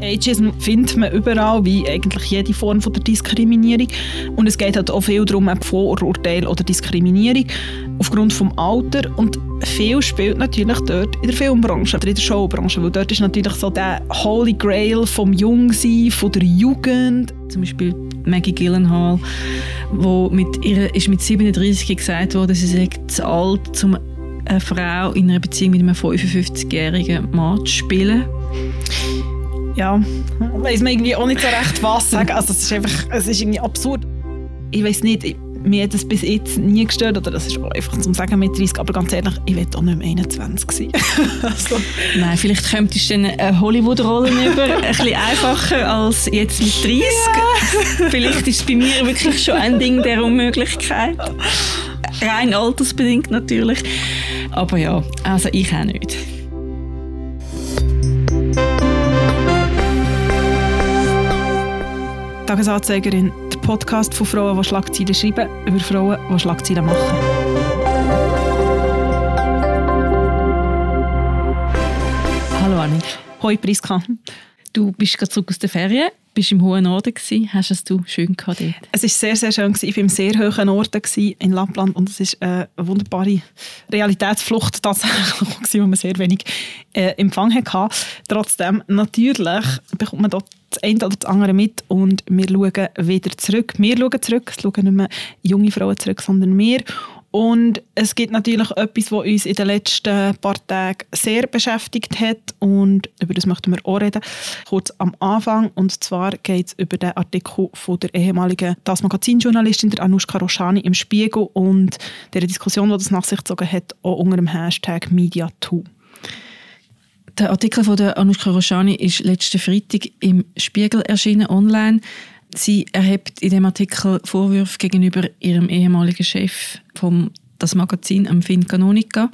Ageism findet man überall, wie eigentlich jede Form von der Diskriminierung. Und es geht halt auch viel darum, Vorurteile oder Diskriminierung aufgrund des Alters. Und viel spielt natürlich dort in der Filmbranche oder in der Showbranche, weil dort ist natürlich so der Holy Grail vom Jungsein, von der Jugend. Zum Beispiel Maggie Gyllenhaal, wo mit 37 gesagt wurde, sie sei zu alt, um eine Frau in einer Beziehung mit einem 55-jährigen Mann zu spielen. Ja, weiss man irgendwie auch nicht so recht was sagen. Also es ist irgendwie absurd. Ich weiss nicht, mir hat das bis jetzt nie gestört, oder das ist auch einfach zum Sagen mit 30, aber ganz ehrlich, ich will auch nicht mehr 21 sein. Also. Nein, vielleicht könntest du eine Hollywood-Rolle über, ein bisschen einfacher als jetzt mit 30. Yeah. Vielleicht ist es bei mir wirklich schon ein Ding der Unmöglichkeit. Rein altersbedingt natürlich. Aber ja, also ich auch nicht. Tagesanzeigerin, der Podcast von Frauen, die Schlagzeilen schreiben, über Frauen, die Schlagzeilen machen. Hallo Anni. Hoi Priska. Du bist gerade zurück aus der Ferien, bist im hohen Norden gewesen. Hast es du schön gehabt dort? Es war sehr, sehr schön. Ich war im sehr hohen Norden in Lappland und es war eine wunderbare Realitätsflucht tatsächlich, wo man sehr wenig Empfang hatte. Trotzdem, natürlich bekommt man dort das eine oder das andere mit und wir schauen wieder zurück. Wir schauen zurück, es schauen nicht mehr junge Frauen zurück, sondern wir. Und es gibt natürlich etwas, was uns in den letzten paar Tagen sehr beschäftigt hat und über das möchten wir auch reden, kurz am Anfang. Und zwar geht es über den Artikel von der ehemaligen Das-Magazin-Journalistin der Anushka Roshani im Spiegel und der Diskussion, die das nach sich gezogen hat, auch unter dem Hashtag MediaToo. Der Artikel von der Anushka Roshani ist letzten Freitag im Spiegel erschienen, online. Sie erhebt in dem Artikel Vorwürfe gegenüber ihrem ehemaligen Chef vom Das Magazin, Finn Canonica.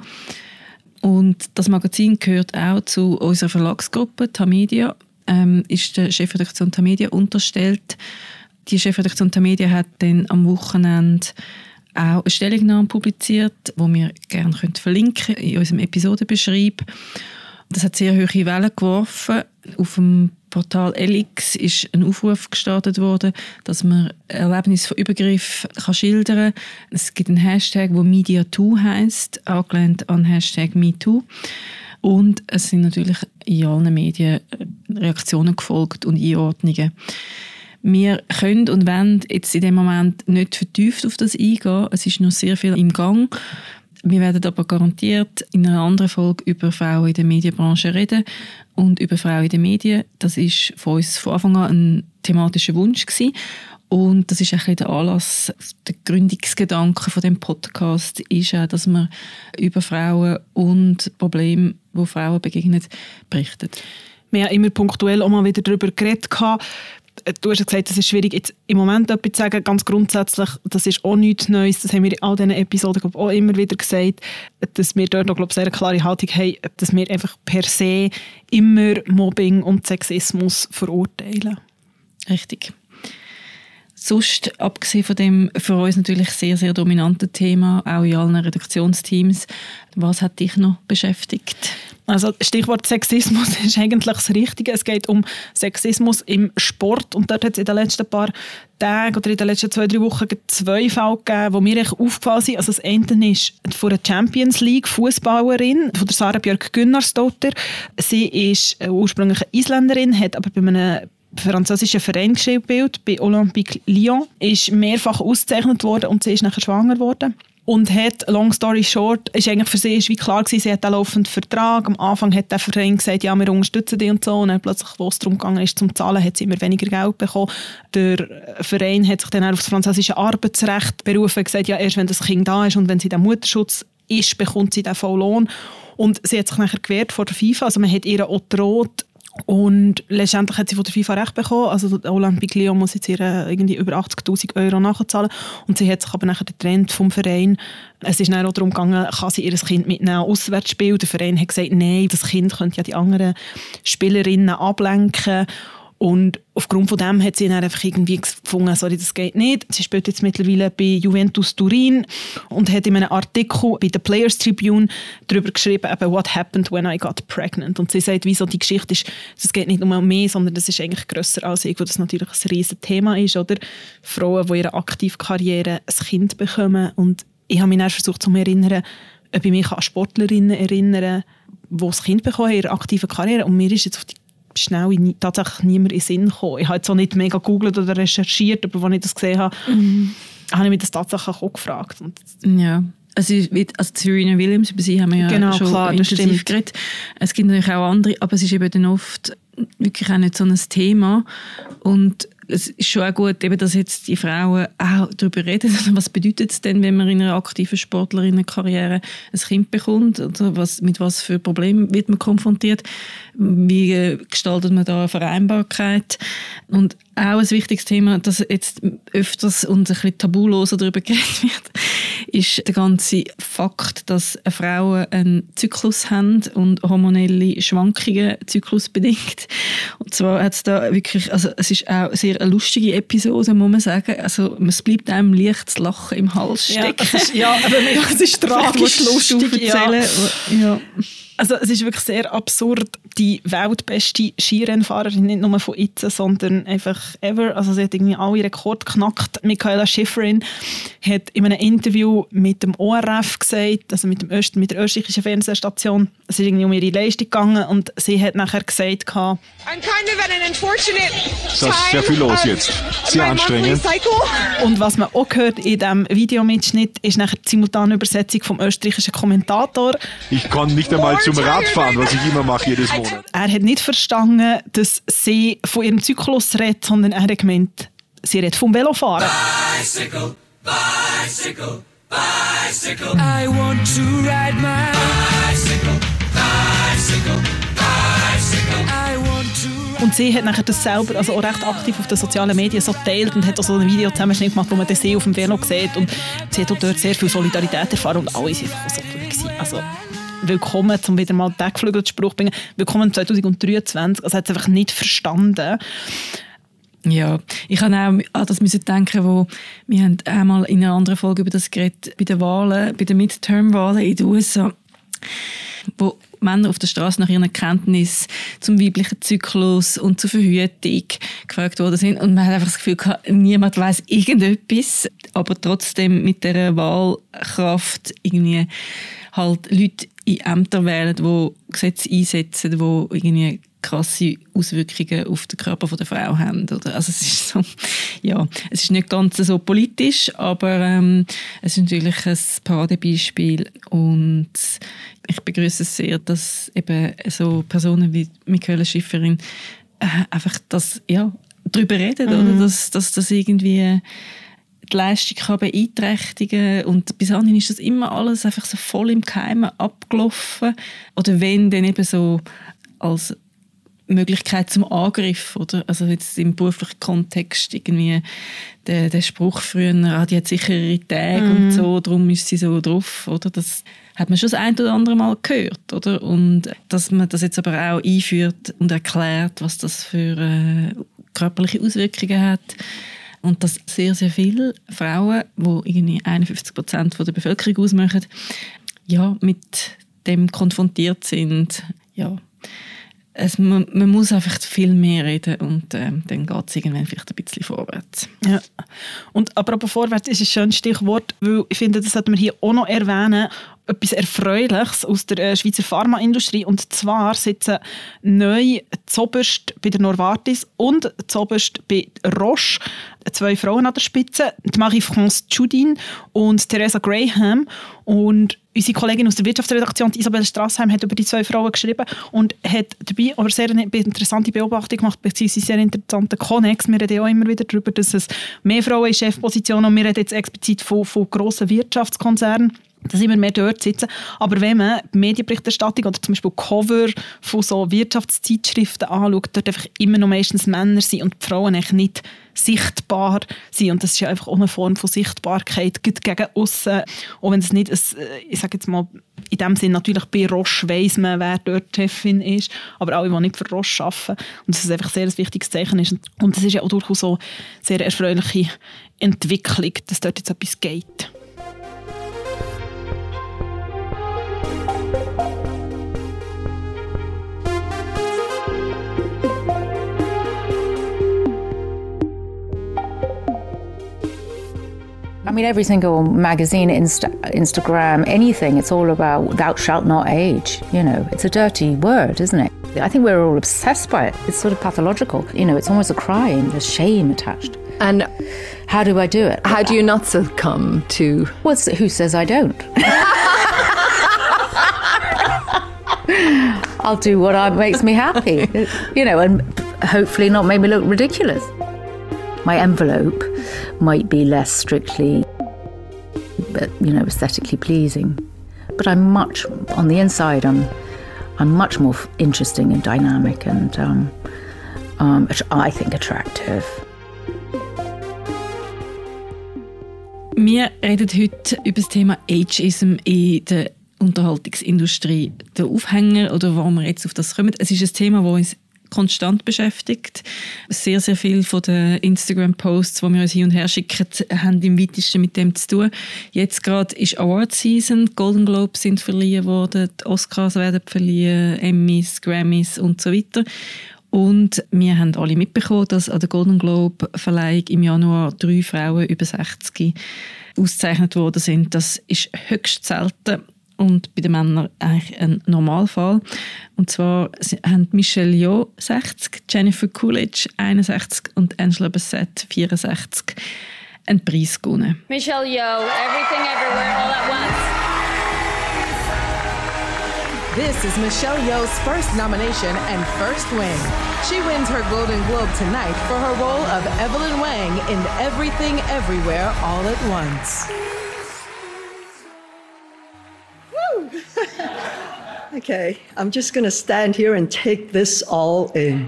Und das Magazin gehört auch zu unserer Verlagsgruppe, Tamedia, ist der Chefredaktion Tamedia unterstellt. Die Chefredaktion Tamedia hat dann am Wochenende auch eine Stellungnahme publiziert, die wir gerne verlinken können in unserem Episodenbeschreib. Das hat sehr hohe Wellen geworfen. Auf dem Portal LX ist ein Aufruf gestartet worden, dass man Erlebnisse von Übergriff schildern kann. Es gibt einen Hashtag, der MediaToo heisst, angelehnt an Hashtag MeToo. Und es sind natürlich in allen Medien Reaktionen gefolgt und Einordnungen. Wir können und wollen jetzt in dem Moment nicht vertieft auf das eingehen. Es ist noch sehr viel im Gang. Wir werden aber garantiert in einer anderen Folge über Frauen in der Medienbranche reden und über Frauen in den Medien. Das ist von uns von Anfang an ein thematischer Wunsch gewesen. Und das ist ein bisschen der Anlass, der Gründungsgedanke von dem Podcast ist auch, dass man über Frauen und Probleme, die Frauen begegnen, berichtet. Wir haben immer punktuell auch mal wieder darüber geredet. Du hast ja gesagt, es ist schwierig, jetzt im Moment etwas zu sagen. Ganz grundsätzlich, das ist auch nichts Neues. Das haben wir in all diesen Episoden auch immer wieder gesagt, dass wir dort noch sehr eine klare Haltung haben, dass wir einfach per se immer Mobbing und Sexismus verurteilen. Richtig. Sonst, abgesehen von dem für uns natürlich sehr, sehr dominanten Thema, auch in allen Redaktionsteams, was hat dich noch beschäftigt? Also Stichwort Sexismus ist eigentlich das Richtige. Es geht um Sexismus im Sport und dort hat es in den letzten paar Tagen oder in den letzten 2-3 Wochen 2 Fälle gegeben, die mir echt aufgefallen sind. Also das eine ist von einer Champions League Fußballerin, von der Sarah Björk Gunnarsdottir. Sie ist ursprünglich eine Isländerin, hat aber bei einem französischen Verein gespielt, bei Olympique Lyon, ist mehrfach ausgezeichnet worden und sie ist nachher schwanger geworden. Und hat, long story short, ist eigentlich für sie ist wie klar gewesen, sie hat einen laufenden Vertrag. Am Anfang hat der Verein gesagt, ja, wir unterstützen dich und so. Und dann plötzlich, wo es darum gegangen ist, zum Zahlen, hat sie immer weniger Geld bekommen. Der Verein hat sich dann auf das französische Arbeitsrecht berufen und gesagt, ja, erst wenn das Kind da ist und wenn sie den Mutterschutz ist, bekommt sie den vollen Lohn. Und sie hat sich nachher gewehrt vor der FIFA. Also man hat ihr auch gedroht. Und letztendlich hat sie von der FIFA Recht bekommen. Also der Olympique Lyon muss jetzt ihr irgendwie über 80'000 Euro nachzahlen. Und sie hat sich aber nachher getrennt vom Verein. Es ist dann auch darum gegangen, kann sie ihr Kind mitnehmen auswärts spielen. Der Verein hat gesagt, nein, das Kind könnte ja die anderen Spielerinnen ablenken. Und aufgrund von dem hat sie dann einfach irgendwie gefunden, sorry, das geht nicht. Sie spielt jetzt mittlerweile bei Juventus Turin und hat in einem Artikel bei der Players Tribune darüber geschrieben, eben, what happened when I got pregnant. Und sie sagt, wieso die Geschichte ist, es geht nicht nur um mich, sondern das ist eigentlich grösser als ich, wo das natürlich ein riesen Thema ist, oder? Frauen, die in ihrer aktiven Karriere ein Kind bekommen. Und ich habe mich dann versucht zu erinnern, ob ich mich an Sportlerinnen erinnere, die ein Kind bekommen in ihrer aktiven Karriere. Und mir ist jetzt auf die schnell tatsächlich niemand in den Sinn gekommen. Ich habe jetzt auch nicht mega gegoogelt oder recherchiert, aber als ich das gesehen habe, habe ich mich das tatsächlich auch gefragt. Und ja. Also Serena Williams, über sie haben wir ja schon klar, intensiv geredet. Es gibt natürlich auch andere, aber es ist eben dann oft wirklich auch nicht so ein Thema. Und es ist schon auch gut, eben, dass jetzt die Frauen auch darüber reden, was bedeutet es denn, wenn man in einer aktiven Sportlerinnenkarriere ein Kind bekommt, oder mit was für Problemen wird man konfrontiert, wie gestaltet man da eine Vereinbarkeit. Und auch ein wichtiges Thema, das jetzt öfters und ein bisschen tabuloser darüber geredet wird, ist der ganze Fakt, dass Frauen einen Zyklus haben und hormonelle Schwankungen zyklusbedingt. Und zwar hat es da wirklich, also es ist auch sehr eine lustige Episode, muss man sagen. Also es bleibt einem leicht das Lachen im Hals stecken. Aber es ist tragisch lustig. Ja. Also es ist wirklich sehr absurd, die weltbeste Skirennfahrerin, nicht nur von jetzt, sondern einfach ever. Also sie hat irgendwie alle Rekorde geknackt. Michaela Schifrin hat in einem Interview mit dem ORF gesagt, also mit der österreichischen Fernsehstation, es ist irgendwie um ihre Leistung gegangen und sie hat nachher gesagt, I'm kind of at an unfortunate time. Das ist sehr viel los jetzt. Sehr anstrengend. Und was man auch hört in diesem Videomitschnitt, ist nachher die simultane Übersetzung vom österreichischen Kommentator. Ich kann nicht einmal zum Radfahren, was ich immer mache jedes Monat. Er hat nicht verstanden, dass sie von ihrem Zyklus redet, sondern er hat gemeint, sie redet vom Velofahren. Bicycle, bicycle, bicycle. I want to ride my bicycle, bicycle, bicycle. I want to. Und sie hat nachher das selber, also auch recht aktiv auf den sozialen Medien so geteilt und hat auch so ein Video-Zusammenschnitt gemacht, wo man sie auf dem Velo sieht. Und sie hat auch dort sehr viel Solidarität erfahren und alle waren einfach so glücklich. Also willkommen, um wieder mal den geflügelten Spruch zu bringen, willkommen 2023. Also hat es einfach nicht verstanden. Ja, ich habe auch an das denken, wo wir haben einmal in einer anderen Folge über das geredet, bei den Wahlen, bei den Midterm-Wahlen in den USA, wo Männer auf der Straße nach ihren Erkenntnissen zum weiblichen Zyklus und zur Verhütung gefragt worden sind. Und man hat einfach das Gefühl gehabt, niemand weiss irgendetwas, aber trotzdem mit dieser Wahlkraft irgendwie halt Leute in Ämter wählen, die Gesetze einsetzen, die irgendwie krasse Auswirkungen auf den Körper der Frau haben. Oder? Also es ist so, ja, es ist nicht ganz so politisch, aber es ist natürlich ein Paradebeispiel und ich begrüße es sehr, dass eben so Personen wie Michaela Schifrin einfach das, ja, darüber reden, oder? Dass das irgendwie die Leistung kann beeinträchtigen und bis dahin ist das immer alles einfach so voll im Geheimen abgelaufen. Oder wenn, dann eben so als Möglichkeit zum Angriff, oder? Also jetzt im beruflichen Kontext irgendwie der Spruch früher, die hat sicher ihre Tage und so, darum ist sie so drauf, oder? Das hat man schon das ein oder andere Mal gehört, oder? Und dass man das jetzt aber auch einführt und erklärt, was das für körperliche Auswirkungen hat. Und dass sehr, sehr viele Frauen, die irgendwie 51% der Bevölkerung ausmachen, ja, mit dem konfrontiert sind. Ja. Man muss einfach viel mehr reden und dann geht es irgendwann vielleicht ein bisschen vorwärts. Ja. Und apropos vorwärts ist ein schönes Stichwort, weil ich finde, das sollten wir hier auch noch erwähnen, etwas Erfreuliches aus der Schweizer Pharmaindustrie. Und zwar sitzen neu zuoberst bei der Novartis und zuoberst bei Roche 2 Frauen an der Spitze, die Marie-France Tschudin und Theresa Graham. Und unsere Kollegin aus der Wirtschaftsredaktion, Isabel Strassheim, hat über die 2 Frauen geschrieben und hat dabei aber sehr eine interessante Beobachtung gemacht, beziehungsweise sehr interessanten Konnex. Wir reden ja auch immer wieder darüber, dass es mehr Frauen in Chefpositionen und wir reden jetzt explizit von grossen Wirtschaftskonzernen. dass immer mehr dort sitzen. Aber wenn man die Medienberichterstattung oder zum Beispiel Cover von so Wirtschaftszeitschriften anschaut, dort einfach immer noch meistens Männer sind und die Frauen eigentlich nicht sichtbar sind. Und das ist ja einfach auch eine Form von Sichtbarkeit gegen aussen. Auch wenn es nicht, ich sage jetzt mal, in dem Sinne natürlich bei Roche weiss man, wer dort Chefin ist, aber alle, die nicht für Roche arbeiten. Und dass es einfach sehr ein wichtiges Zeichen ist. Und es ist ja auch durchaus so eine sehr erfreuliche Entwicklung, dass dort jetzt etwas geht. I mean, every single magazine, Instagram, anything, it's all about thou shalt not age. You know, it's a dirty word, isn't it? I think we're all obsessed by it. It's sort of pathological. You know, it's almost a crime. There's shame attached. And how do I do it? How do you not succumb to... Well, who says I don't? I'll do what makes me happy, you know, and hopefully not make me look ridiculous. My envelope might be less strictly, you know, aesthetically pleasing, but I'm much, on the inside, I'm much more interesting and dynamic and I think attractive. Wir reden heute über das Thema Ageism in der Unterhaltungsindustrie. Der Aufhänger oder warum wir jetzt auf das kommen. Es ist ein Thema, das uns konstant beschäftigt. Sehr, sehr viele von den Instagram-Posts, die wir uns hin und her schicken, haben im weitesten mit dem zu tun. Jetzt gerade ist Award-Season, die Golden Globes sind verliehen worden, die Oscars werden verliehen, Emmys, Grammys und so weiter. Und wir haben alle mitbekommen, dass an der Golden Globe-Verleihung im Januar 3 Frauen über 60 ausgezeichnet worden sind. Das ist höchst selten und bei den Männern eigentlich ein Normalfall. Und zwar haben Michelle Yeoh 60, Jennifer Coolidge 61 und Angela Bassett 64 einen Preis gewonnen. Michelle Yeoh, Everything Everywhere All at Once. This is Michelle Yeoh's first nomination and first win. She wins her Golden Globe tonight for her role of Evelyn Wang in Everything Everywhere All at Once. Woo! Okay, I'm just going to stand here and take this all in.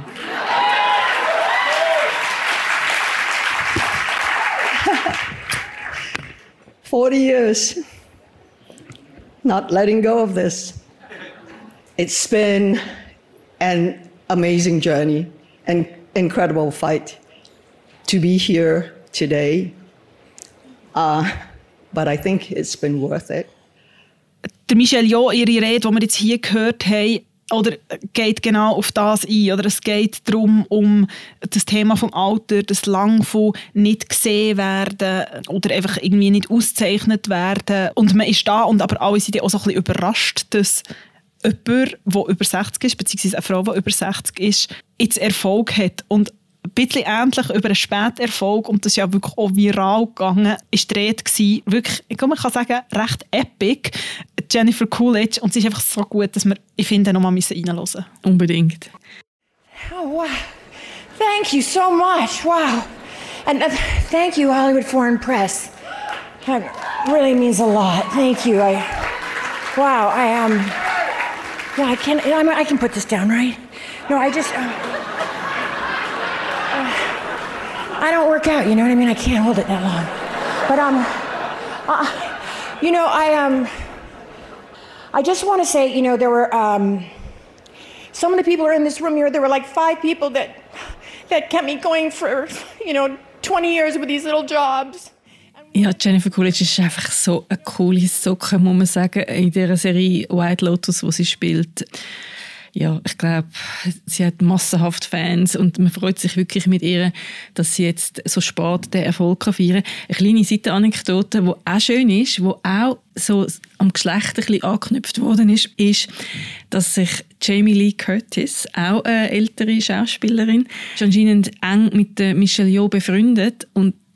40 years, not letting go of this. It's been an amazing journey, an incredible fight to be here today, but I think it's been worth it. Der Michelle Yeoh, ihre Rede, die wir jetzt hier gehört haben, oder geht genau auf das ein. Oder es geht darum, um das Thema vom Alter, das lang von nicht gesehen werden oder einfach irgendwie nicht ausgezeichnet werden. Und man ist da und aber alle sind auch so ein bisschen überrascht, dass jemand, der über 60 ist, beziehungsweise eine Frau, die über 60 ist, jetzt Erfolg hat. Und ein bisschen ähnlich über einen Späterfolg, und das ist ja wirklich auch viral gegangen, war die Rede gewesen. Wirklich, ich glaube, man kann sagen, recht epic. Jennifer Coolidge, und sie ist einfach so gut, dass wir, ich finde, noch mal reinhören müssen. Unbedingt. Oh, wow. Thank you so much. Wow. And thank you, Hollywood Foreign Press. That really means a lot. Thank you. Wow, yeah, I can put this down, right? No, I just... I don't work out, you know what I mean? I can't hold it that long. But, you know, I just want to say, you know, there were, so many people are in this room here. There were like 5 people that kept me going for, you know, 20 years with these little jobs. Ja, Jennifer Coolidge ist einfach so eine coole Socke, muss man sagen, in dieser Serie White Lotus, wo sie spielt. Ja, ich glaube, sie hat massenhaft Fans und man freut sich wirklich mit ihr, dass sie jetzt so spät den Erfolg feiern kann. Eine kleine Seitenanekdote, die auch schön ist, die auch so am Geschlecht ein bisschen angeknüpft worden ist, dass sich Jamie Lee Curtis, auch eine ältere Schauspielerin, ist anscheinend eng mit Michelle Yeoh befreundet und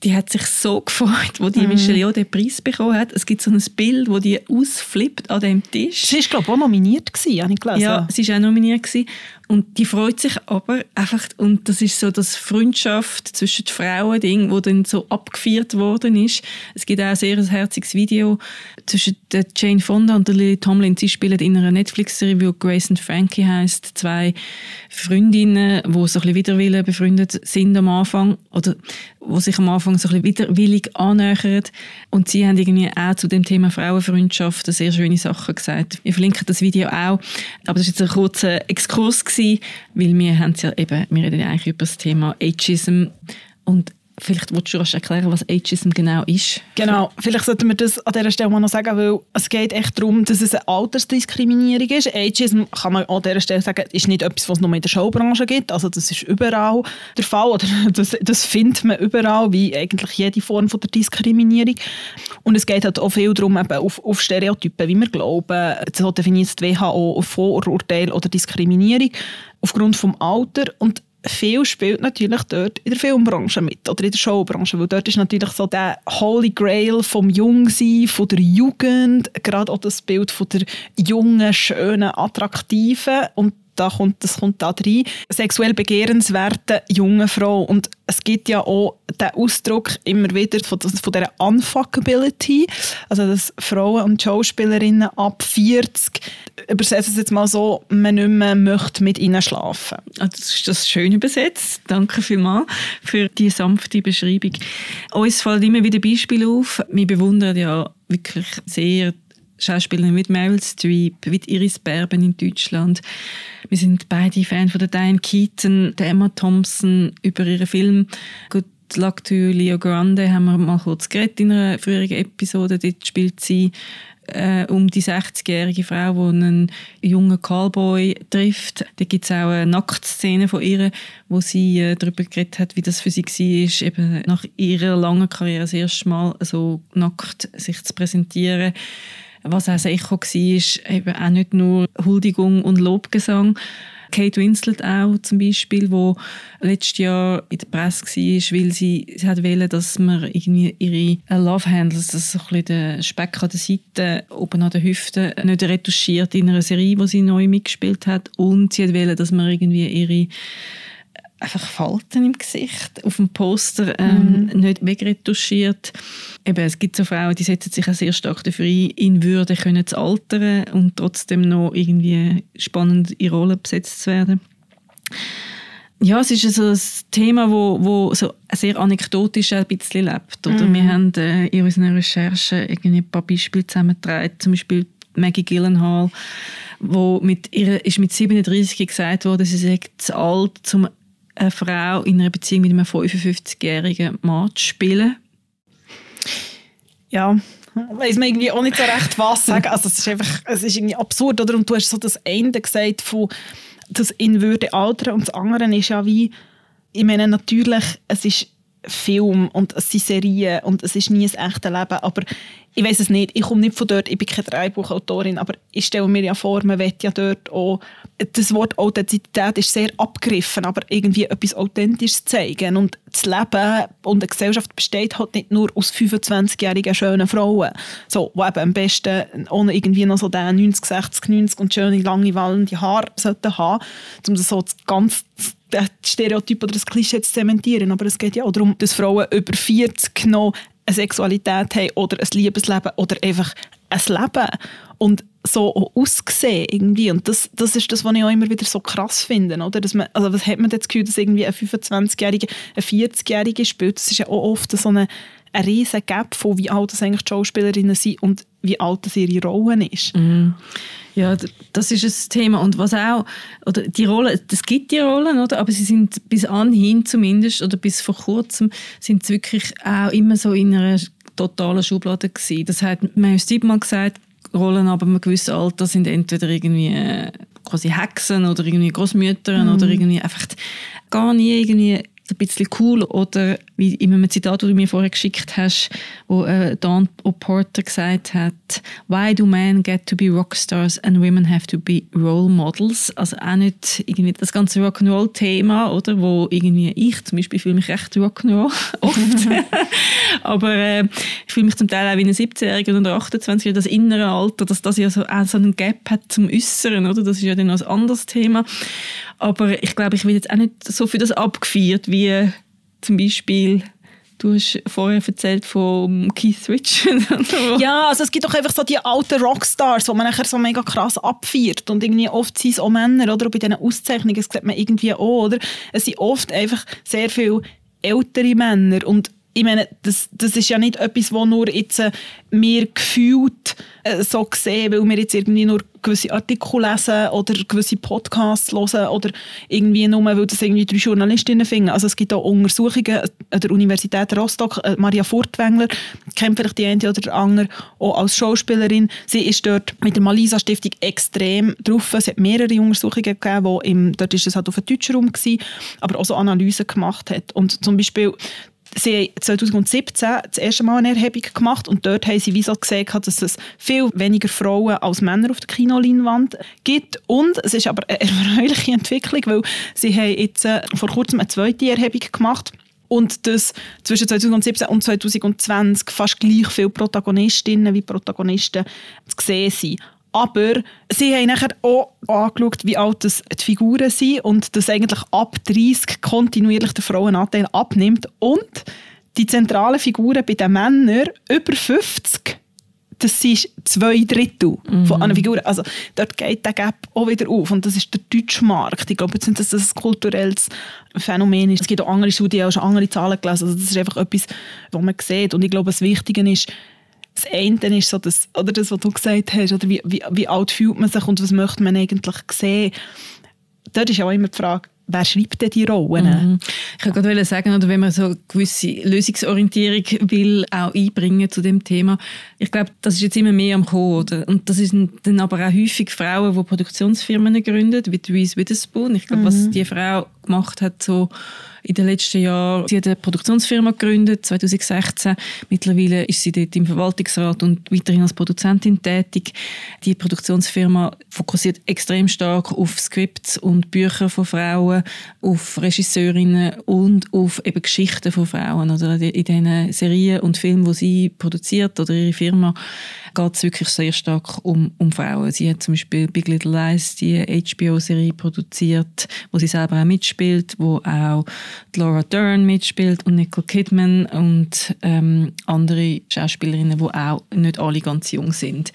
die hat sich so gefreut, wo die Michelle Yeoh den Preis bekommen hat. Es gibt so ein Bild, wo die ausflippt an dem Tisch. Sie war, glaube ich, auch nominiert gewesen, habe ich gelesen. Ja, sie war auch nominiert gewesen. Und die freut sich aber einfach, und das ist so das Freundschaft zwischen den Frauen-Ding, wo dann so abgefeiert worden ist. Es gibt auch ein sehr herziges Video zwischen der Jane Fonda und der Lily Tomlin. Sie spielen in einer Netflix-Serie, die Grace and Frankie heisst, 2 Freundinnen, die so ein bisschen widerwillig befreundet sind am Anfang, oder wo sich am Anfang so ein bisschen widerwillig annähern. Und sie haben irgendwie auch zu dem Thema Frauenfreundschaft sehr schöne Sachen gesagt. Ich verlinke das Video auch. Aber das war jetzt ein kurzer Exkurs gewesen, weil wir reden ja eigentlich über das Thema Ageism. Und vielleicht willst du erklären, was Ageism genau ist. Genau, vielleicht sollten wir das an dieser Stelle mal noch sagen, weil es geht echt darum, dass es eine Altersdiskriminierung ist. Ageism, kann man an dieser Stelle sagen, ist nicht etwas, was es nur in der Showbranche gibt. Also das ist überall der Fall, oder das findet man überall, wie eigentlich jede Form von der Diskriminierung. Und es geht halt auch viel darum, eben auf Stereotypen, wie wir glauben. So definiert die WHO Vorurteil oder Diskriminierung aufgrund des Alters. Und viel spielt natürlich dort in der Filmbranche mit oder in der Showbranche, weil dort ist natürlich so der Holy Grail vom Jungsein, von der Jugend, gerade auch das Bild von der jungen, schönen, attraktiven, und das kommt da rein, sexuell begehrenswerte junge Frau. Und es gibt ja auch den Ausdruck immer wieder von dieser Unfuckability, also dass Frauen und Schauspielerinnen ab 40, übersetze es jetzt mal so, man nicht mehr möchte mit ihnen schlafen. Das ist das schön übersetzt. Danke vielmals für die sanfte Beschreibung. Uns fallen immer wieder Beispiele auf. Wir bewundern ja wirklich sehr Schauspielerin wie Meryl Streep, wie Iris Berben in Deutschland. Wir sind beide Fan von der Diane Keaton, der Emma Thompson, über ihren Film Good Luck to Leo Grande haben wir mal kurz geredet in einer früheren Episode. Dort spielt sie um die 60-jährige Frau, die einen jungen Callboy trifft. Da gibt es auch eine Nacktszene von ihr, wo sie darüber geredet hat, wie das für sie war, eben nach ihrer langen Karriere das erste Mal so nackt sich zu präsentieren. Was auch ein Echo war, eben auch nicht nur Huldigung und Lobgesang. Kate Winslet auch zum Beispiel, die letztes Jahr in der Presse war, weil sie hat wollte, dass man irgendwie ihre Love Handles, das ist so ein bisschen der Speck an der Seite, oben an der Hüfte, nicht retuschiert in einer Serie, wo sie neu mitgespielt hat. Und sie wollte, dass man irgendwie ihre einfach Falten im Gesicht auf dem Poster nicht wegretuschiert. Eben, es gibt so Frauen, die setzen sich auch sehr stark dafür ein, in Würde können zu altern und trotzdem noch irgendwie spannend in Rollen besetzt zu werden. Ja, es ist also ein Thema, wo so sehr anekdotisch ein bisschen lebt. Oder? Wir haben in unseren Recherchen irgendwie ein paar Beispiele zusammengetragen. Zum Beispiel Maggie Gyllenhaal, wo mit 37 gesagt wurde, sie sei zu alt, um eine Frau in einer Beziehung mit einem 55-jährigen Mann zu spielen. Ja, weiss man irgendwie auch nicht so recht, was sagen. Also es ist irgendwie absurd, oder? Und du hast so das Ende gesagt von das in Würde altern, und das andere ist ja wie, ich meine natürlich, es ist Film und es sind Serien und es ist nie ein echtes Leben, aber ich weiss es nicht, ich komme nicht von dort, ich bin keine Drehbuchautorin, aber ich stelle mir ja vor, man will ja dort auch, das Wort Authentizität ist sehr abgegriffen, aber irgendwie etwas Authentisches zeigen, und das Leben und die Gesellschaft besteht halt nicht nur aus 25-jährigen schönen Frauen, so, die eben am besten ohne irgendwie noch so den 90, 60, 90 und schöne, lange, wallende Haare sollten haben, um das so ganz das Stereotyp oder das Klischee zu zementieren. Aber es geht ja auch darum, dass Frauen über 40 noch eine Sexualität haben oder ein Liebesleben oder einfach ein Leben und so auch aussehen irgendwie. Und das ist das, was ich auch immer wieder so krass finde. Oder? Dass man, also was hat man das Gefühl, dass irgendwie ein 25-Jähriger, ein 40-Jähriger spielt? Das ist ja auch oft so ein riesen Gap von wie alt das eigentlich die Schauspielerinnen sind und wie alt das ihre Rollen ist. Ja, das ist ein Thema. Und was auch, oder die Rollen, es gibt die Rollen, oder? Aber sie sind bis anhin zumindest, oder bis vor kurzem, sind sie wirklich auch immer so in einer totalen Schublade gewesen. Das hat Meryl Streep mal gesagt, Rollen ab einem gewissen Alter sind entweder irgendwie quasi Hexen oder irgendwie Großmütter oder irgendwie einfach gar nie irgendwie ein bisschen cool. Oder wie in einem Zitat, das du mir vorher geschickt hast, wo Dawn O'Porter gesagt hat, «Why do men get to be Rockstars and women have to be Role Models?» Also auch nicht irgendwie das ganze Rock'n'Roll-Thema, oder? Wo irgendwie ich zum Beispiel fühle mich recht Rock'n'Roll oft. Aber ich fühle mich zum Teil auch wie eine 17-Jährige oder 28-Jährige, das innere Alter, dass das ja auch so einen Gap hat zum Äußeren, oder? Das ist ja dann noch ein anderes Thema. Aber ich glaube, ich will jetzt auch nicht so für das abgefeiert, wie zum Beispiel, du hast vorher erzählt von Keith Richards. Ja, also es gibt doch einfach so die alten Rockstars, die man nachher so mega krass abfeiert. Und irgendwie oft sind es auch Männer, oder? Und bei diesen Auszeichnungen sieht man irgendwie auch, oder? Es sind oft einfach sehr viele ältere Männer. Und ich meine, das ist ja nicht etwas, was nur jetzt wir gefühlt so sehen, weil wir jetzt irgendwie nur gewisse Artikel lesen oder gewisse Podcasts hören oder irgendwie nur, weil das irgendwie 3 Journalistinnen finden. Also es gibt auch Untersuchungen an der Universität Rostock. Maria Furtwängler kennt vielleicht die eine oder andere auch als Schauspielerin. Sie ist dort mit der Malisa-Stiftung extrem drauf. Es hat mehrere Untersuchungen gegeben, dort war es halt auf den deutschen Raum gewesen, aber auch so Analysen gemacht hat. Und zum Beispiel sie haben 2017 das erste Mal eine Erhebung gemacht und dort haben sie wie so gesehen, dass es viel weniger Frauen als Männer auf der Kinoleinwand gibt. Und es ist aber eine erfreuliche Entwicklung, weil sie haben jetzt vor kurzem eine zweite Erhebung gemacht und das zwischen 2017 und 2020 fast gleich viele Protagonistinnen wie Protagonisten zu sehen sind. Aber sie haben nachher auch angeschaut, wie alt die Figuren sind und dass eigentlich ab 30 kontinuierlich der Frauenanteil abnimmt. Und die zentralen Figuren bei den Männern über 50, das sind 2/3 von einer Figur. Also dort geht der Gap auch wieder auf. Und das ist der deutsche Markt. Ich glaube jetzt nicht, dass das ein kulturelles Phänomen ist. Es gibt auch andere Studien, auch schon andere Zahlen gelesen. Also das ist einfach etwas, was man sieht. Und ich glaube, das Wichtige ist, das eine ist so das, oder das, was du gesagt hast, oder wie alt fühlt man sich und was möchte man eigentlich sehen. Dort ist auch immer die Frage, wer schreibt denn die Rollen? Ich wollte gerade sagen, oder wenn man so eine gewisse Lösungsorientierung will auch einbringen zu dem Thema. Ich glaube, das ist jetzt immer mehr am Kommen, oder? Und das sind dann aber auch häufig Frauen, die Produktionsfirmen gründen, wie Reese Witherspoon. Ich glaube, was die Frau gemacht hat, so in den letzten Jahren. Sie hat eine Produktionsfirma gegründet, 2016. Mittlerweile ist sie dort im Verwaltungsrat und weiterhin als Produzentin tätig. Die Produktionsfirma fokussiert extrem stark auf Skripts und Bücher von Frauen, auf Regisseurinnen und auf eben Geschichten von Frauen. Also in diesen Serien und Filmen, die sie produziert oder ihre Firma, geht es wirklich sehr stark um Frauen. Sie hat zum Beispiel Big Little Lies, die HBO-Serie produziert, wo sie selber auch mitspielt, wo auch Laura Dern mitspielt und Nicole Kidman und andere Schauspielerinnen, die auch nicht alle ganz jung sind.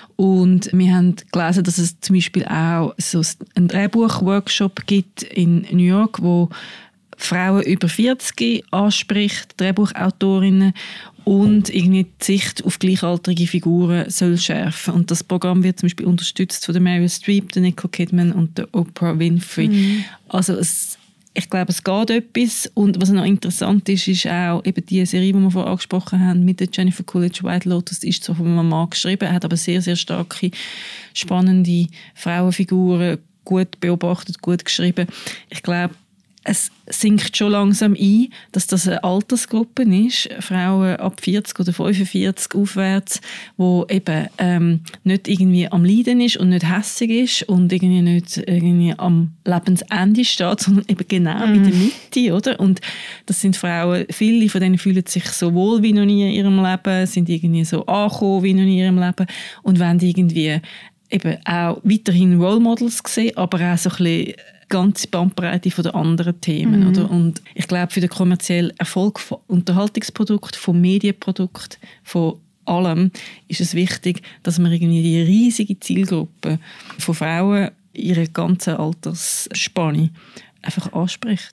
Und wir haben gelesen, dass es zum Beispiel auch so einen Drehbuch-Workshop gibt in New York, wo Frauen über 40 anspricht, Drehbuchautorinnen, und irgendwie die Sicht auf gleichaltrige Figuren soll schärfen. Und das Programm wird zum Beispiel unterstützt von der Meryl Streep, der Nicole Kidman und der Oprah Winfrey. Also ich glaube, es geht etwas. Und was noch interessant ist, ist auch eben die Serie, die wir vorher angesprochen haben, mit der Jennifer Coolidge, White Lotus, die ist so von einem Mann geschrieben, hat aber sehr, sehr starke, spannende Frauenfiguren, gut beobachtet, gut geschrieben. Ich glaube, es sinkt schon langsam ein, dass das eine Altersgruppe ist, Frauen ab 40 oder 45 aufwärts, wo eben nicht irgendwie am Leiden ist und nicht hässig ist und irgendwie nicht irgendwie am Lebensende steht, sondern eben genau in der Mitte, oder? Und das sind Frauen, viele von denen fühlen sich so wohl wie noch nie in ihrem Leben, sind irgendwie so angekommen wie noch nie in ihrem Leben und wollen irgendwie eben auch weiterhin Role Models sehen, aber auch so ein bisschen ganze Bandbreite von den anderen Themen. Oder? Und ich glaube, für den kommerziellen Erfolg von Unterhaltungsprodukten, von Medienprodukten, von allem ist es wichtig, dass man irgendwie die riesige Zielgruppe von Frauen, ihre ganze Altersspanne, einfach anspricht.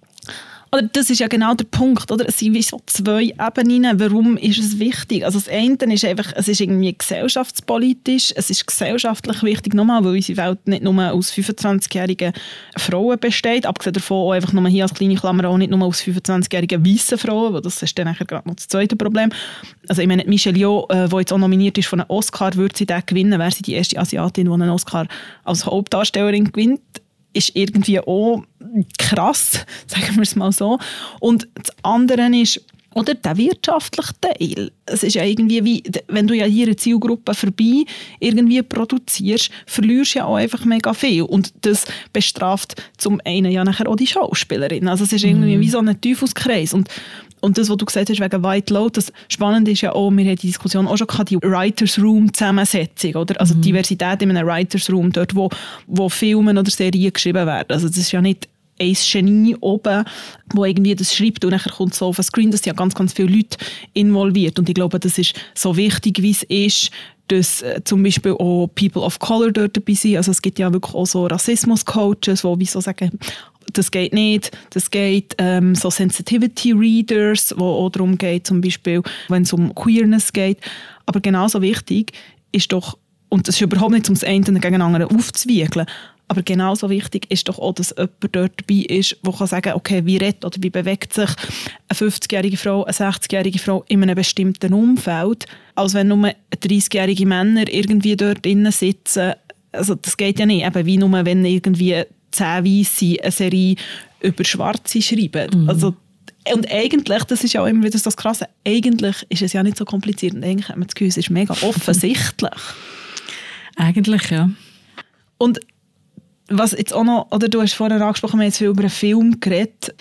Oder das ist ja genau der Punkt, oder? Es sind wie so 2 Ebenen. Warum ist es wichtig? Also das eine ist einfach, es ist irgendwie gesellschaftspolitisch, es ist gesellschaftlich wichtig, nochmal, weil unsere Welt nicht nur aus 25-jährigen Frauen besteht, abgesehen davon auch einfach nur hier als kleine Klammer auch nicht nur aus 25-jährigen weißen Frauen, weil das ist dann nachher gerade noch das zweite Problem. Also ich meine, Michelle Yeoh, die jetzt auch nominiert ist für einen Oscar, würde sie den gewinnen, wäre sie die erste Asiatin, die einen Oscar als Hauptdarstellerin gewinnt, ist irgendwie auch krass, sagen wir es mal so. Und das andere ist, oder der wirtschaftliche Teil. Es ist ja irgendwie wie, wenn du ja hier eine Zielgruppe vorbei irgendwie produzierst, verlierst du ja auch einfach mega viel. Und das bestraft zum einen ja nachher auch die Schauspielerin. Also es ist irgendwie wie so ein Teufelskreis. Und das, was du gesagt hast, wegen White Lotus, spannend ist ja auch, wir haben die Diskussion auch schon gehabt, die Writers Room Zusammensetzung, oder? Also Diversität in einem Writers Room, dort wo Filme oder Serien geschrieben werden. Also das ist ja nicht ein Genie oben, wo irgendwie das schreibt und dann kommt so auf den Screen, dass ja ganz, ganz viele Leute involviert. Und ich glaube, das ist so wichtig, wie es ist, dass zum Beispiel auch People of Color dort dabei sind. Also es gibt ja wirklich auch so Rassismus-Coaches, die wie so sagen, das geht nicht, das geht, so Sensitivity-Readers, wo auch darum geht, zum Beispiel, wenn es um Queerness geht. Aber genauso wichtig ist doch, und das ist überhaupt nicht, um das eine gegen den anderen aufzuwiegeln, aber genauso wichtig ist doch auch, dass jemand dort dabei ist, der kann sagen, okay, wie redet oder wie bewegt sich eine 50-jährige Frau, eine 60-jährige Frau in einem bestimmten Umfeld, als wenn nur 30-jährige Männer irgendwie dort drinnen sitzen. Also das geht ja nicht, eben wie nur, wenn irgendwie 10 Weisse eine Serie über Schwarze schreiben. Also, und eigentlich, das ist ja auch immer wieder das Krasse, eigentlich ist es ja nicht so kompliziert und eigentlich hat man das Gefühl, es ist mega offensichtlich. Eigentlich, ja. Und was jetzt auch noch, oder du hast vorher angesprochen, wir haben jetzt viel über einen Film geredet.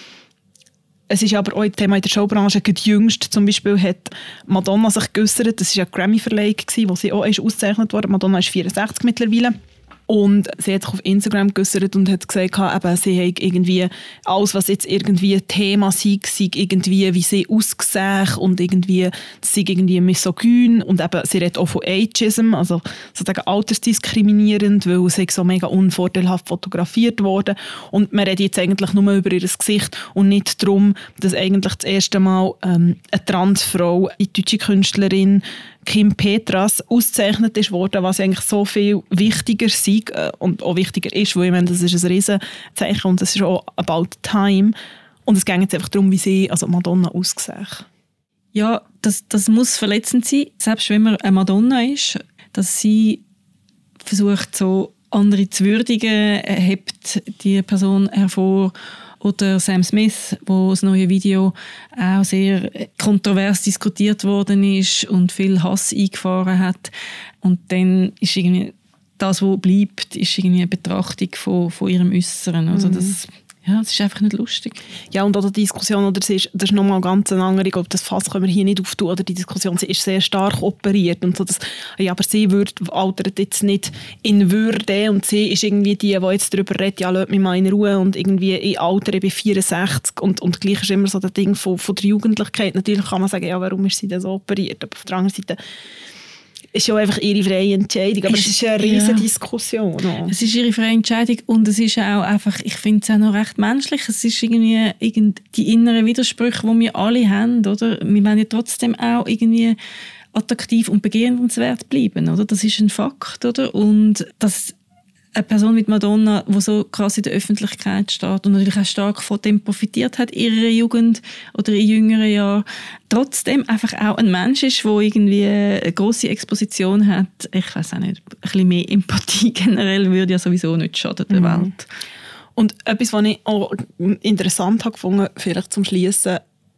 Es ist aber auch ein Thema in der Showbranche. Jüngst zum Beispiel hat Madonna sich geäussert. Das war ja Grammy-Verleihung, wo sie auch ausgezeichnet wurde. Madonna ist 64 mittlerweile. Und sie hat sich auf Instagram geäussert und hat gesagt, eben, sie hat irgendwie alles, was jetzt irgendwie Thema sei irgendwie, wie sie ausgesehen und irgendwie, das sei irgendwie misogyn und eben, sie redet auch von Ageism, also sozusagen altersdiskriminierend, weil sie so mega unvorteilhaft fotografiert wurde. Und man redet jetzt eigentlich nur über ihr Gesicht und nicht darum, dass eigentlich das erste Mal eine Transfrau, die deutsche Künstlerin Kim Petras ausgezeichnet ist worden, was eigentlich so viel wichtiger sei und auch wichtiger ist, weil ich meine, das ist ein Riesenzeichen und das ist auch about time. Und es geht jetzt einfach darum, wie sie, also Madonna, aussehen. Ja, das muss verletzend sein, selbst wenn man eine Madonna ist, dass sie versucht, so andere zu würdigen, hebt die Person hervor. Oder Sam Smith, wo das neue Video auch sehr kontrovers diskutiert worden ist und viel Hass eingefahren hat. Und dann ist irgendwie das, was bleibt, ist irgendwie eine Betrachtung von ihrem Äußeren. Also das ist einfach nicht lustig. Ja, und auch die Diskussion, oder das ist nochmal ganz eine andere, ich glaube, das Fass können wir hier nicht auftun, oder die Diskussion, sie ist sehr stark operiert und so, dass, ja, aber sie altert jetzt nicht in Würde und sie ist irgendwie die jetzt darüber redet, ja, lasst mich mal in Ruhe und irgendwie ich altere bei 64 und gleich ist immer so das Ding von der Jugendlichkeit. Natürlich kann man sagen, ja, warum ist sie denn so operiert, aber auf der anderen Seite ist ja einfach ihre freie Entscheidung, aber es ist eine riesige Diskussion. Ja. Es ist ihre freie Entscheidung und es ist auch einfach, ich finde es auch noch recht menschlich, es ist irgendwie die inneren Widersprüche, die wir alle haben, oder? Wir wollen ja trotzdem auch irgendwie attraktiv und begehrenswert bleiben, oder? Das ist ein Fakt, oder? Und dass eine Person mit Madonna, die so krass in der Öffentlichkeit steht und natürlich auch stark von dem profitiert hat in ihrer Jugend oder in jüngeren Jahren, trotzdem einfach auch ein Mensch ist, der irgendwie eine grosse Exposition hat. Ich weiß auch nicht, ein bisschen mehr Empathie generell würde ja sowieso nicht schaden der Welt. Und etwas, was ich auch interessant habe gefunden, vielleicht zum Schließen,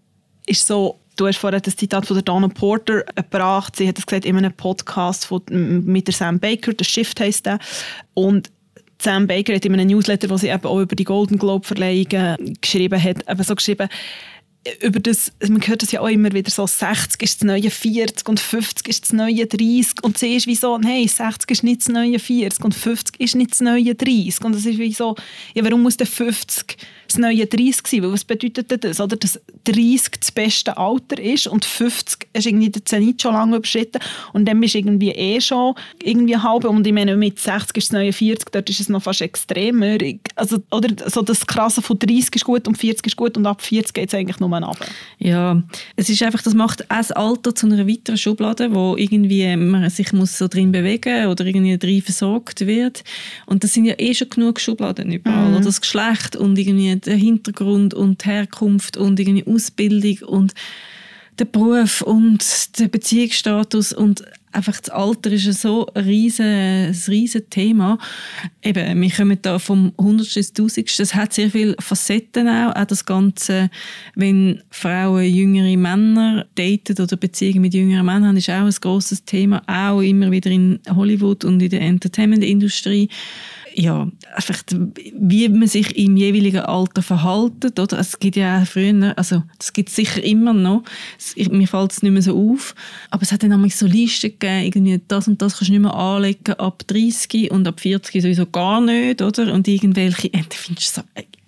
ist so, du hast vorhin das Zitat von der Donna Porter gebracht. Sie hat es gesagt in einem Podcast mit der Sam Baker, «The Shift» heisst der. Und Sam Baker hat in einem Newsletter, wo sie eben auch über die Golden Globe-Verleihungen geschrieben hat, eben so geschrieben, über das, man hört das ja auch immer wieder so, 60 ist das neue 40 und 50 ist das neue 30 und sie ist wie so, hey, 60 ist nicht das neue 40 und 50 ist nicht das neue 30 und das ist wie so, ja, warum muss der 50 das neue 30 sein? Weil was bedeutet das? Oder dass 30 das beste Alter ist und 50 ist irgendwie der Zenit schon lange überschritten und dann bist du irgendwie schon irgendwie halb und ich meine, mit 60 ist das neue 40, dort ist es noch fast extremer. Also, oder so das Krasse von 30 ist gut und 40 ist gut und ab 40 geht es eigentlich nur runter. Ja, es ist einfach, das macht auch das Alter zu einer weiteren Schublade, wo irgendwie man sich muss so drin bewegen oder irgendwie drin versorgt wird. Und das sind ja schon genug Schubladen überall. Oder das Geschlecht und irgendwie der Hintergrund und die Herkunft und irgendwie Ausbildung und der Beruf und der Beziehungsstatus und einfach das Alter ist so ein riesen Thema. Eben, wir kommen da vom 100. ins 1000. Das hat sehr viele Facetten auch das Ganze, wenn Frauen jüngere Männer daten oder Beziehungen mit jüngeren Männern haben, ist auch ein grosses Thema, auch immer wieder in Hollywood und in der Entertainment-Industrie. Ja, einfach, wie man sich im jeweiligen Alter verhält, oder? Es gibt ja auch früher, also das gibt es sicher immer noch, mir fällt es nicht mehr so auf, aber es hat dann auch so Listen gegeben, irgendwie das und das kannst du nicht mehr anlegen ab 30 und ab 40 sowieso gar nicht, oder? Und irgendwelche, findest du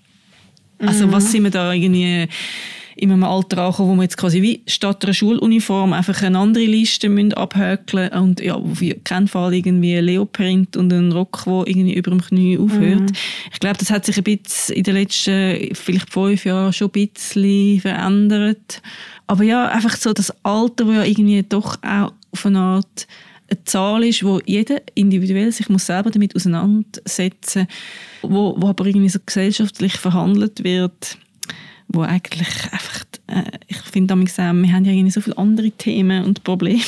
so, also was sind wir da irgendwie in einem Alter ankommen, wo wir jetzt quasi wie statt einer Schuluniform einfach eine andere Liste abhäkeln und ja, auf keinen Fall irgendwie ein Leoprint und ein Rock, der irgendwie über dem Knie aufhört. Ich glaube, das hat sich ein bisschen in den letzten vielleicht 5 Jahren schon ein bisschen verändert. Aber ja, einfach so das Alter, wo ja irgendwie doch auch auf eine Art eine Zahl ist, wo jeder individuell sich muss selber damit auseinandersetzen muss, wo aber irgendwie so gesellschaftlich verhandelt wird, wo eigentlich einfach, ich finde auch, wir haben ja irgendwie so viele andere Themen und Probleme.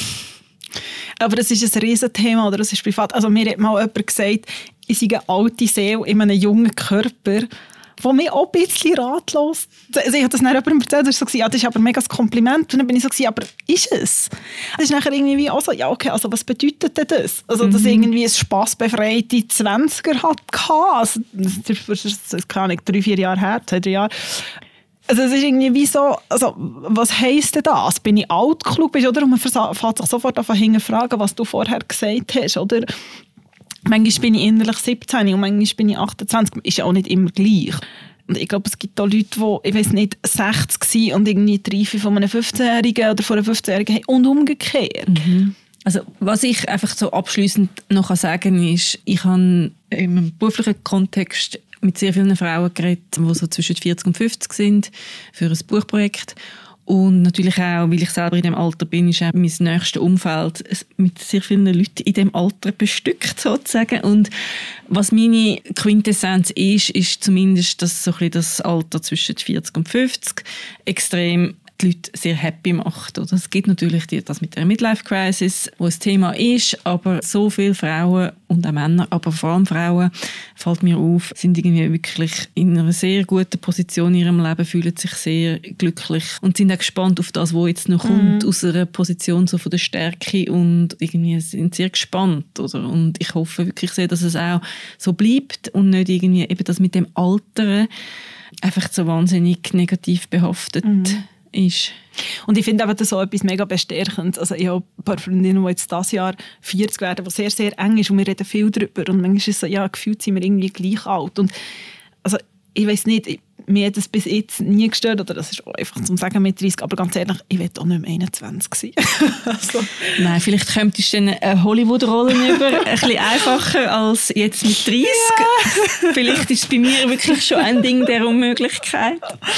Aber das ist ein Riesenthema, oder? Das ist privat. Also mir hat mal jemand gesagt, ich sei eine alte Seele in einem jungen Körper, wo mich auch ein bisschen ratlos... Also ich habe das dann jemandem erzählt, das war so, ja, das ist aber ein mega Kompliment. Und dann bin ich so, aber ist es? Das ist nachher irgendwie auch so, ja okay, also was bedeutet denn das? Also dass ich irgendwie ein spassbefreite 20er hatte. Also, das ist keine Ahnung, 3-4 Jahre her, 2-3 Jahre. Also es ist irgendwie wie so, also was heisst denn das? Bin ich alt genug? Oder? Und man fängt sich sofort an hinterfragen, was du vorher gesagt hast, oder? Manchmal bin ich innerlich 17 und manchmal bin ich 28. Ist ja auch nicht immer gleich. Und ich glaube, es gibt auch Leute, die, ich weiss nicht, 60 waren und irgendwie die Reife von einem 15-Jährigen oder von einer 15-Jährigen haben und umgekehrt. Also was ich einfach so abschliessend noch sagen kann, ist, ich habe im beruflichen Kontext mit sehr vielen Frauen geredet, die so zwischen 40 und 50 sind, für ein Buchprojekt. Und natürlich auch, weil ich selber in diesem Alter bin, ist auch mein nächstes Umfeld mit sehr vielen Leuten in diesem Alter bestückt, sozusagen. Und was meine Quintessenz ist zumindest, dass so ein bisschen das Alter zwischen 40 und 50 extrem die Leute sehr happy macht. Oder? Es gibt natürlich das mit der Midlife-Crisis, wo ein Thema ist, aber so viele Frauen und auch Männer, aber vor allem Frauen, fällt mir auf, sind irgendwie wirklich in einer sehr guten Position in ihrem Leben, fühlen sich sehr glücklich und sind auch gespannt auf das, was jetzt noch kommt, aus einer Position so von der Stärke und irgendwie sind sehr gespannt. Oder? Und ich hoffe wirklich sehr, dass es auch so bleibt und nicht irgendwie eben das mit dem Alteren einfach so wahnsinnig negativ behaftet ist. Und ich finde eben das so etwas mega bestärkend. Also ich habe ein paar Freundinnen, die jetzt dieses Jahr 40 werden, was sehr, sehr eng ist und wir reden viel darüber. Und manchmal ist es so, ja, gefühlt sind wir irgendwie gleich alt. Und also ich weiss nicht, mir hat das bis jetzt nie gestört, oder das ist auch einfach zum Sagen mit 30, aber ganz ehrlich, ich will auch nicht mehr 21 sein. Also. Nein, vielleicht könntest du dann eine Hollywood-Rolle über, ein bisschen einfacher als jetzt mit 30. Yeah. Vielleicht ist es bei mir wirklich schon ein Ding der Unmöglichkeit.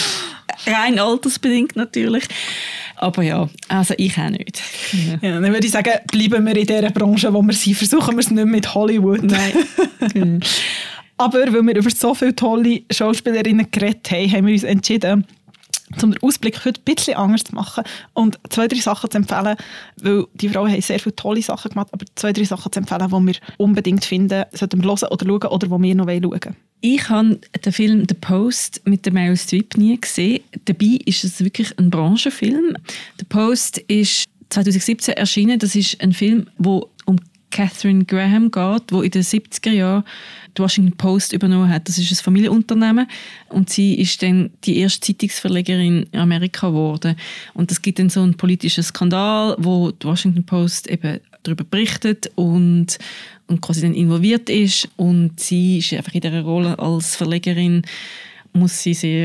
Rein altersbedingt natürlich. Aber ja, also ich auch nicht. Ja, dann würde ich sagen, bleiben wir in dieser Branche, wo wir sind. Versuchen wir es nicht mit Hollywood. Nein. Aber weil wir über so viele tolle Schauspielerinnen geredet haben, haben wir uns entschieden, um den Ausblick heute ein bisschen anders zu machen und 2-3 Sachen zu empfehlen, weil die Frauen haben sehr viele tolle Sachen gemacht, aber 2-3 Sachen zu empfehlen, die wir unbedingt finden, sollten wir hören oder schauen oder die wir noch schauen wollen. Ich habe den Film «The Post» mit der Meryl Streep nie gesehen. Dabei ist es wirklich ein Branchenfilm. «The Post» ist 2017 erschienen. Das ist ein Film, der um Katharine Graham geht, die in den 70er Jahren die Washington Post übernommen hat. Das ist ein Familienunternehmen und sie ist dann die erste Zeitungsverlegerin in Amerika geworden. Und es gibt dann so einen politischen Skandal, wo die Washington Post eben darüber berichtet und quasi dann involviert ist. Und sie ist einfach in dieser Rolle als Verlegerin, muss sie sehr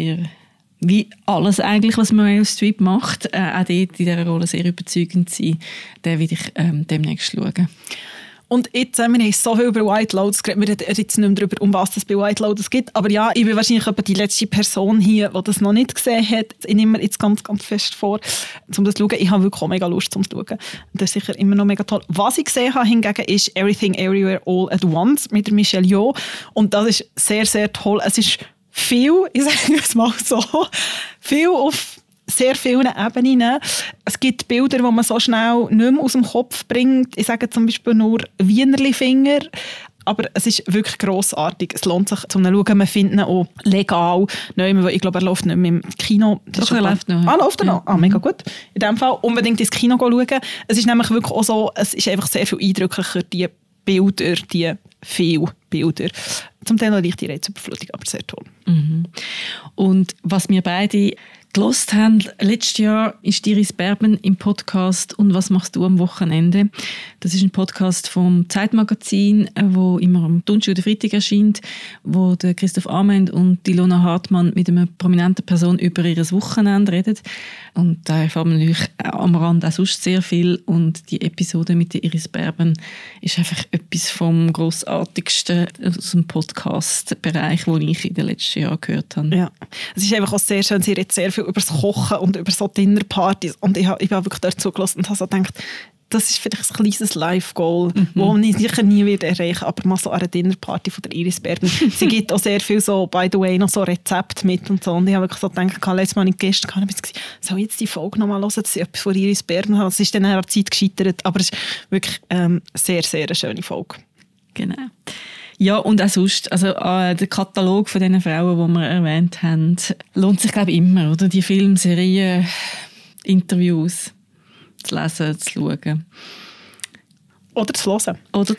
wie alles eigentlich, was Meryl Streep macht, auch dort in dieser Rolle sehr überzeugend sein. Den will ich demnächst schauen. Und jetzt, wir haben so viel über White Lotus geredet, wir reden jetzt nicht mehr darüber, um was es bei White Lotus geht, aber ja, ich bin wahrscheinlich die letzte Person hier, die das noch nicht gesehen hat. Ich nehme mir jetzt ganz, ganz fest vor, um das zu schauen. Ich habe wirklich auch mega Lust, um zu schauen. Das ist sicher immer noch mega toll. Was ich gesehen habe hingegen ist «Everything Everywhere All at Once» mit Michelle Yeoh und das ist sehr, sehr toll. Es ist viel, ich sage es mal so, viel auf sehr vielen Ebenen. Es gibt Bilder, die man so schnell nicht mehr aus dem Kopf bringt. Ich sage zum Beispiel nur Wienerli-Finger. Aber es ist wirklich grossartig. Es lohnt sich zum Schauen. Man findet ihn auch legal. Ich glaube, er läuft nicht mehr im Kino. Doch, er läuft noch. Läuft er noch? Mega gut. In dem Fall unbedingt ins Kino schauen. Es ist nämlich wirklich auch so, es ist einfach sehr viel eindrücklicher, die Bilder, die viele Bilder. Zum Teil noch leichte Reizüberflutung, aber sehr toll. Mhm. Und was wir beide gehört haben, letztes Jahr ist Iris Berben im Podcast «Und was machst du am Wochenende?». Das ist ein Podcast vom Zeitmagazin, wo immer am Donnerstag oder Freitag erscheint, wo der Christoph Amend und die Ilona Hartmann mit einer prominenten Person über ihr Wochenende reden. Und da erfahren wir natürlich am Rand auch sonst sehr viel. Und die Episode mit der Iris Berben ist einfach etwas vom Grossartigsten aus dem Podcast-Bereich, den ich in den letzten Jahren gehört habe. Ja, es ist einfach auch sehr schön, sie redet sehr viel über das Kochen und über so Dinnerpartys. Und ich habe wirklich dort zugelassen und habe so gedacht, das ist vielleicht ein kleines Life-Goal, das ich sicher nie wieder erreichen, aber mal so an einer Dinnerparty von der Iris Berben. Sie gibt auch sehr viel so, by the way, noch so Rezepte mit und so. Und ich habe wirklich so gedacht, letztes Mal in Gäste gehabt, soll ich jetzt die Folge noch mal hören, dass ich etwas von Iris Berben habe. Es ist dann an der Zeit gescheitert, aber es ist wirklich sehr, sehr eine schöne Folge. Genau. Ja, und auch sonst, also der Katalog von diesen Frauen, die wir erwähnt haben, lohnt sich, glaube ich, immer, oder? Die Filme, Serien, Interviews zu lesen, zu schauen. Oder zu hören.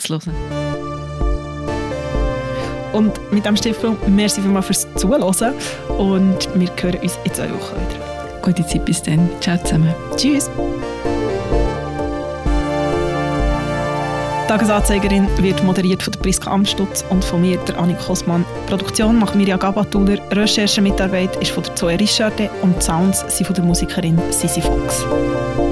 Und mit diesem Stiefel, merci vielmals fürs Zuhören und wir hören uns in 2 Wochen wieder. Gute Zeit bis dann. Ciao zusammen. Tschüss. Die Tagesanzeigerin wird moderiert von der Priska Amstutz und von mir, der Annik Kosmann. Produktion macht Mirja Gabatuller, Recherchemitarbeit ist von der Zoe Richardet und die Sounds sind von der Musikerin Sissi Fox.